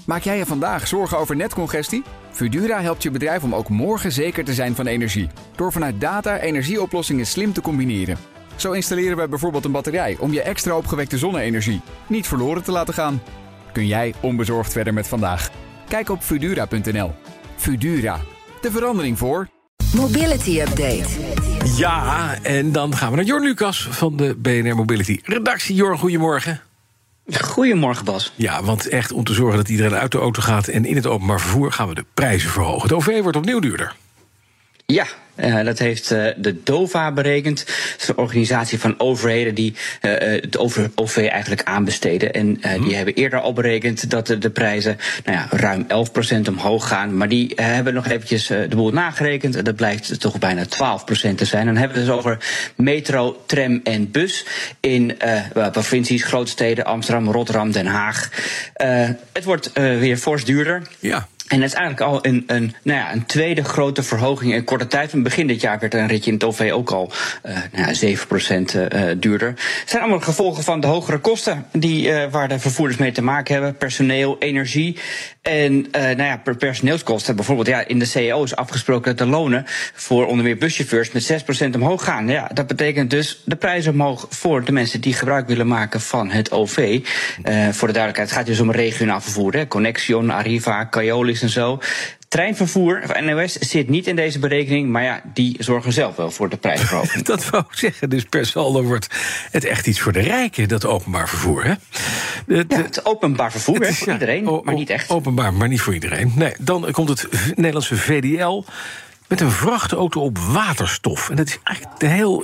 Maak jij je vandaag zorgen over netcongestie? Fudura helpt je bedrijf om ook morgen zeker te zijn van energie. Door vanuit data energieoplossingen slim te combineren. Zo installeren wij bijvoorbeeld een batterij om je extra opgewekte zonne-energie niet verloren te laten gaan. Kun jij onbezorgd verder met vandaag? Kijk op Fudura.nl. Fudura, de verandering voor. Mobility Update. Ja, en dan gaan we naar Jorn Lucas van de BNR Mobility redactie. Jorn, goedemorgen. Goedemorgen, Bas. Ja, want echt om te zorgen dat iedereen uit de auto gaat en in het openbaar vervoer gaan we de prijzen verhogen. Het OV wordt opnieuw duurder. Ja, dat heeft de DOVA berekend. Dat is de organisatie van overheden die het OV eigenlijk aanbesteden. En die hebben eerder al berekend dat de prijzen ruim 11% omhoog gaan. Maar die hebben nog eventjes de boel nagerekend. En dat blijkt toch bijna 12% te zijn. Dan hebben we het dus over metro, tram en bus in provincies, grootsteden, Amsterdam, Rotterdam, Den Haag. Het wordt weer fors duurder. Ja. En het is eigenlijk al een tweede grote verhoging in korte tijd. Van begin dit jaar werd een ritje in het OV ook al 7% duurder. Het zijn allemaal gevolgen van de hogere kosten waar de vervoerders mee te maken hebben. Personeel, energie en personeelskosten. Bijvoorbeeld in de CEO is afgesproken dat de lonen voor onder meer buschauffeurs met 6% omhoog gaan. Ja, dat betekent dus de prijzen omhoog voor de mensen die gebruik willen maken van het OV. Voor de duidelijkheid, het gaat dus om regionaal vervoer. Connexion, Arriva, Keolis en zo. Treinvervoer, of NOS, zit niet in deze berekening, maar die zorgen zelf wel voor de prijsverhoging. Dat wou ik zeggen, dus per saldo wordt het echt iets voor de rijken, dat openbaar vervoer, hè? Het openbaar vervoer, voor iedereen, maar niet echt. Openbaar, maar niet voor iedereen. Nee, dan komt het Nederlandse VDL met een vrachtauto op waterstof. En dat is eigenlijk heel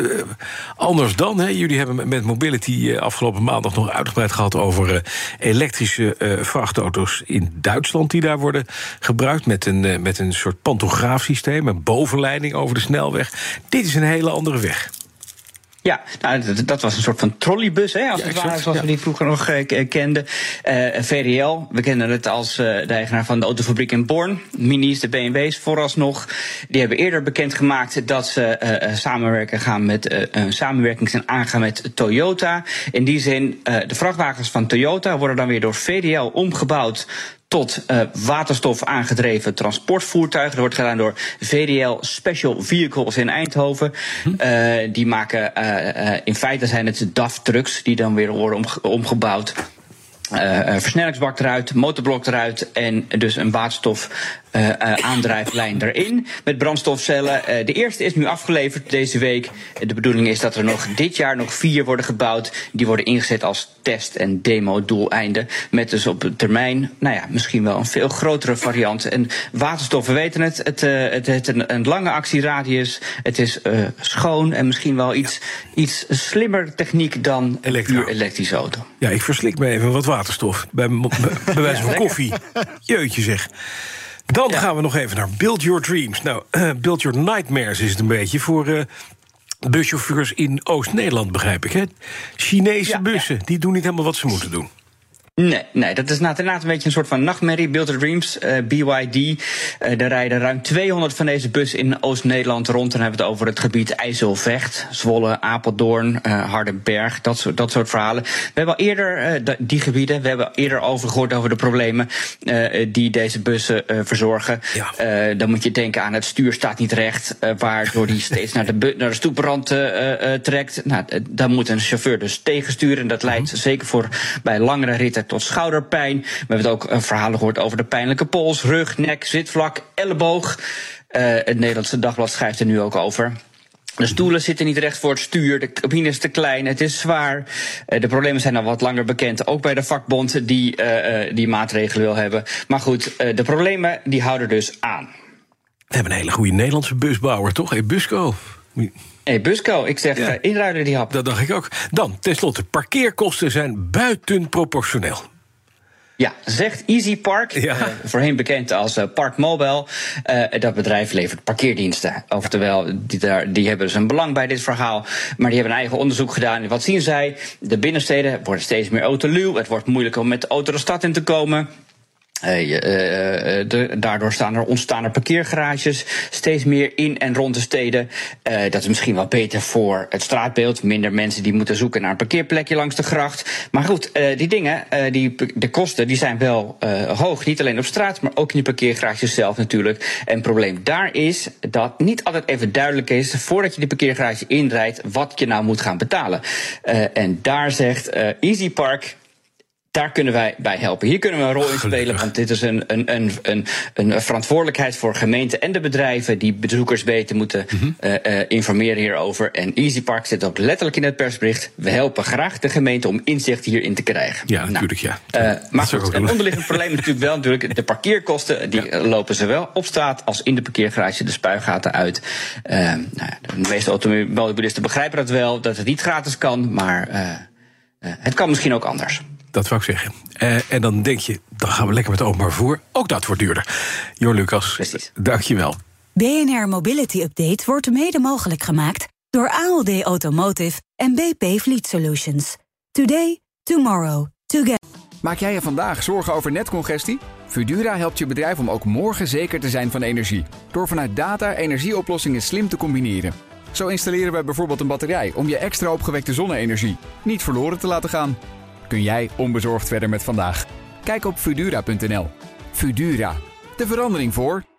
anders dan. Hè. Jullie hebben met Mobility afgelopen maandag nog uitgebreid gehad over elektrische vrachtauto's in Duitsland die daar worden gebruikt met een soort pantograafsysteem, een bovenleiding over de snelweg. Dit is een hele andere weg. Ja, dat was een soort van trolleybus, als het ware, zoals we die vroeger nog kenden. VDL, we kennen het als de eigenaar van de autofabriek in Born. Minis, de BMW's vooralsnog. Die hebben eerder bekendgemaakt dat ze samenwerking zijn aangaan met Toyota. In die zin, de vrachtwagens van Toyota worden dan weer door VDL omgebouwd tot waterstof aangedreven transportvoertuigen. Dat wordt gedaan door VDL Special Vehicles in Eindhoven. Die maken, in feite zijn het DAF-trucks die dan weer worden omgebouwd. Versnellingsbak eruit, motorblok eruit en dus een waterstof aandrijflijn erin met brandstofcellen. De eerste is nu afgeleverd deze week. De bedoeling is dat er dit jaar nog 4 worden gebouwd. Die worden ingezet als test- en demo-doeleinden. Met dus op termijn, misschien wel een veel grotere variant. En waterstof, we weten het. Het heeft een lange actieradius. Het is schoon en misschien wel iets slimmer techniek dan een puur elektrische auto. Ja, ik verslik me even wat waterstof. Bij wijze van koffie. Jeutje zeg. Dan gaan we nog even naar Build Your Dreams. Nou, Build Your Nightmares is het een beetje voor buschauffeurs in Oost-Nederland, begrijp ik. Hè? Chinese bussen, die doen niet helemaal wat ze moeten doen. Nee, dat is inderdaad een beetje een soort van nachtmerrie. Build Your Dreams, BYD. Er rijden ruim 200 van deze bussen in Oost-Nederland rond. Dan hebben we het over het gebied IJsselvecht, Zwolle, Apeldoorn, Hardenberg, dat soort verhalen. We hebben al eerder die gebieden, we hebben eerder gehoord over de problemen die deze bussen verzorgen. Ja. Dan moet je denken aan het stuur staat niet recht, waardoor die steeds naar de stoeprand trekt. Dan moet een chauffeur dus tegensturen. En dat leidt zeker bij langere ritten tot schouderpijn. We hebben ook verhalen gehoord over de pijnlijke pols, rug, nek, zitvlak, elleboog. Het Nederlandse Dagblad schrijft er nu ook over. De stoelen zitten niet recht voor het stuur, de cabine is te klein, het is zwaar. De problemen zijn al wat langer bekend, ook bij de vakbond die maatregelen wil hebben. Maar goed, de problemen die houden dus aan. We hebben een hele goede Nederlandse busbouwer, toch? Hey, Busco. Busco, ik zeg inruilen die hap. Dat dacht ik ook. Dan, tenslotte, parkeerkosten zijn buitenproportioneel. Ja, zegt Easy Park, voorheen bekend als Parkmobile. Dat bedrijf levert parkeerdiensten. Oftewel, die hebben dus een belang bij dit verhaal. Maar die hebben een eigen onderzoek gedaan. En wat zien zij? De binnensteden worden steeds meer autoluw. Het wordt moeilijker om met de auto de stad in te komen. Daardoor ontstaan er parkeergarages steeds meer in en rond de steden. Dat is misschien wel beter voor het straatbeeld. Minder mensen die moeten zoeken naar een parkeerplekje langs de gracht. Maar goed, die dingen, de kosten, die zijn wel hoog. Niet alleen op straat, maar ook in de parkeergarages zelf natuurlijk. En het probleem daar is dat niet altijd even duidelijk is, voordat je de parkeergarage inrijdt, wat je nou moet gaan betalen. En daar zegt Easy Park, daar kunnen wij bij helpen. Hier kunnen we een rol in spelen, want dit is een verantwoordelijkheid voor gemeenten en de bedrijven die bezoekers beter moeten informeren hierover. En Easy Park zit ook letterlijk in het persbericht. We helpen graag de gemeente om inzicht hierin te krijgen. Ja, natuurlijk, ja. Maar goed, een onderliggend probleem is natuurlijk wel de parkeerkosten. Die lopen zowel op straat als in de parkeergarage de spuigaten uit. De meeste automobilisten begrijpen dat wel, dat het niet gratis kan, maar het kan misschien ook anders. Dat wou ik zeggen. En dan denk je, dan gaan we lekker met openbaar vervoer. Ook dat wordt duurder. Jorn Lucas, dank je wel. BNR Mobility Update wordt mede mogelijk gemaakt door ALD Automotive en BP Fleet Solutions. Today, tomorrow, together. Maak jij je vandaag zorgen over netcongestie? Fudura helpt je bedrijf om ook morgen zeker te zijn van energie. Door vanuit data energieoplossingen slim te combineren. Zo installeren wij bijvoorbeeld een batterij om je extra opgewekte zonne-energie niet verloren te laten gaan. Kun jij onbezorgd verder met vandaag? Kijk op Fudura.nl. Fudura, de verandering voor.